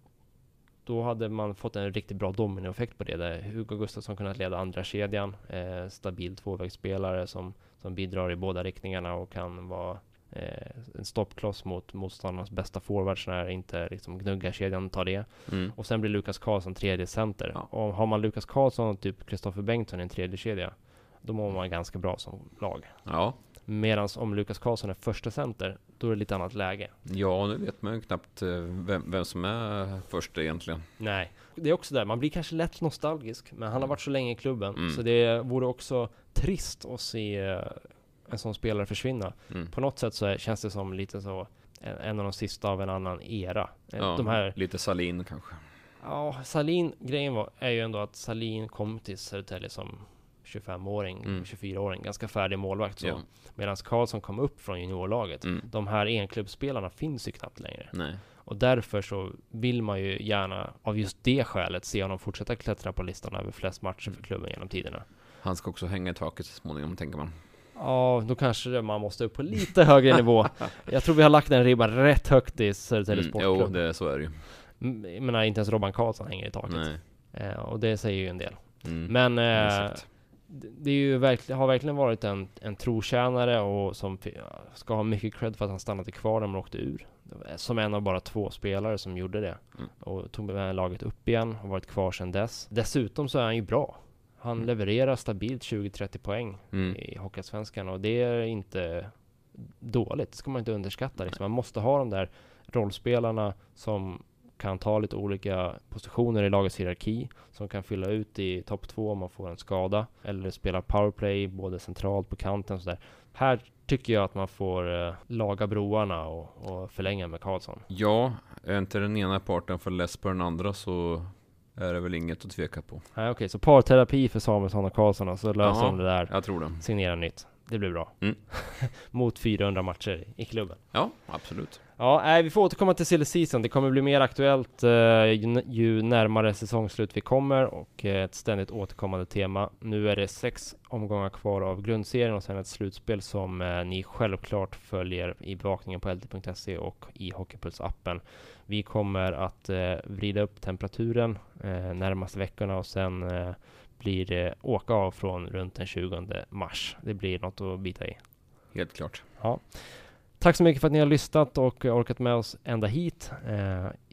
Då hade man fått en riktigt bra dominoeffekt på det, där Hugo Gustafsson kunnat leda andra kedjan, eh, stabil tvåvägsspelare som, som bidrar i båda riktningarna och kan vara eh, en stoppkloss mot motståndarnas bästa forwards när inte liksom gnuggarkedjan tar det. Mm. Och sen blir Lukas Karlsson tredje center. Ja. Och har man Lukas Karlsson och typ Kristoffer Bengtsson i en tredje kedja, då mår man ganska bra som lag. Ja. Medan om Lukas Karlsson är första center, då är det lite annat läge. Ja, nu vet man ju knappt eh, vem, vem som är första egentligen. Nej, det är också där. Man blir kanske lätt nostalgisk, men han har varit så länge i klubben. Mm. Så det vore också trist att se eh, en sån spelare försvinna. Mm. På något sätt så är, känns det som lite så en, en av de sista av en annan era. Eh, Ja, De här lite Salin kanske. Ja, Salin, grejen var, är ju ändå att Salin kom till Södertälje som tjugofemåring, Mm. tjugofyraåring, ganska färdig målvakt. Så. Ja. Medan Karlsson kom upp från juniorlaget. Mm. De här enklubbspelarna finns ju knappt längre. Nej. Och därför så vill man ju gärna, av just det skälet, se honom fortsätta klättra på listan över flest matcher för klubben genom tiderna. Han ska också hänga i taket så småningom, tänker man. Ja, då kanske det, man måste upp på lite högre nivå. Jag tror vi har lagt den ribban rätt högt i Södertälje Mm. Sportklubb. Jo, det, så är det ju. Mm, Jag menar, inte ens Robban Karlsson hänger i taket. Nej. Eh, och det säger ju en del. Mm. Men eh, Exakt. det det är ju verkligen, har verkligen varit en, en trotjänare och som fi- ska ha mycket cred för att han stannade kvar när man åkte ur. Som en av bara två spelare som gjorde det. Mm. Och tog med laget upp igen och varit kvar sedan dess. Dessutom så är han ju bra. Han Mm. levererar stabilt tjugo till trettio poäng Mm. i Hockeyallsvenskan, och det är inte dåligt. Det ska man inte underskatta. Liksom. Man måste ha de där rollspelarna som kan ta lite olika positioner i lagets hierarki, som kan fylla ut i topp två om man får en skada, eller spela powerplay både centralt på kanten och sådär. Här tycker jag att man får eh, laga broarna och, och förlänga med Karlsson. Ja, är inte den ena parten för less på den andra så är det väl inget att tveka på. Nej, okej, så parterapi för Samuelsson och Karlsson, och så löser Jaha. de det där. Jag tror det. Signera nytt. Det blir bra. Mm. Mot fyrahundra matcher i klubben. Ja, absolut. Ja, nej, vi får återkomma till silly season. Det kommer bli mer aktuellt eh, ju, ju närmare säsongsslut vi kommer, och eh, ett ständigt återkommande tema. Nu är det sex omgångar kvar av grundserien och sen ett slutspel som eh, ni självklart följer i bevakningen på L T punkt se och i Hockeypuls-appen. Vi kommer att eh, vrida upp temperaturen eh, närmaste veckorna, och sen eh, blir det åka av från runt den tjugonde mars. Det blir något att bita i. Helt klart. Ja. Tack så mycket för att ni har lyssnat och orkat med oss ända hit. Eh,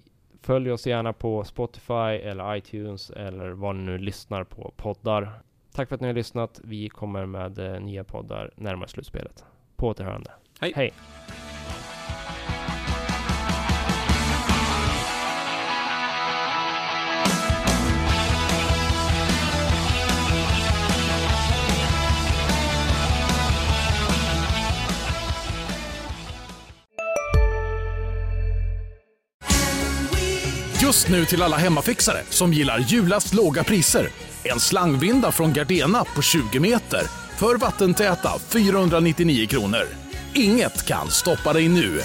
Följ oss gärna på Spotify eller iTunes eller vad ni nu lyssnar på poddar. Tack för att ni har lyssnat. Vi kommer med eh, nya poddar närmare slutspelet. På återhörande. Hej! Hej! Just nu till alla hemmafixare som gillar julast låga priser. En slangvinda från Gardena på tjugo meter för vattentäta fyrahundranittionio kronor. Inget kan stoppa dig nu.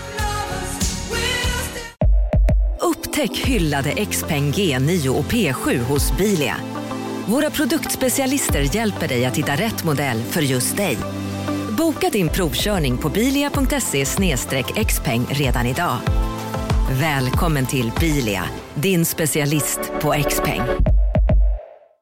Upptäck hyllade Xpeng G nio och P sju hos Bilia. Våra produktspecialister hjälper dig att hitta rätt modell för just dig. Boka din provkörning på bilia punkt se slash xpeng redan idag. Välkommen till Bilia, din specialist på Xpeng.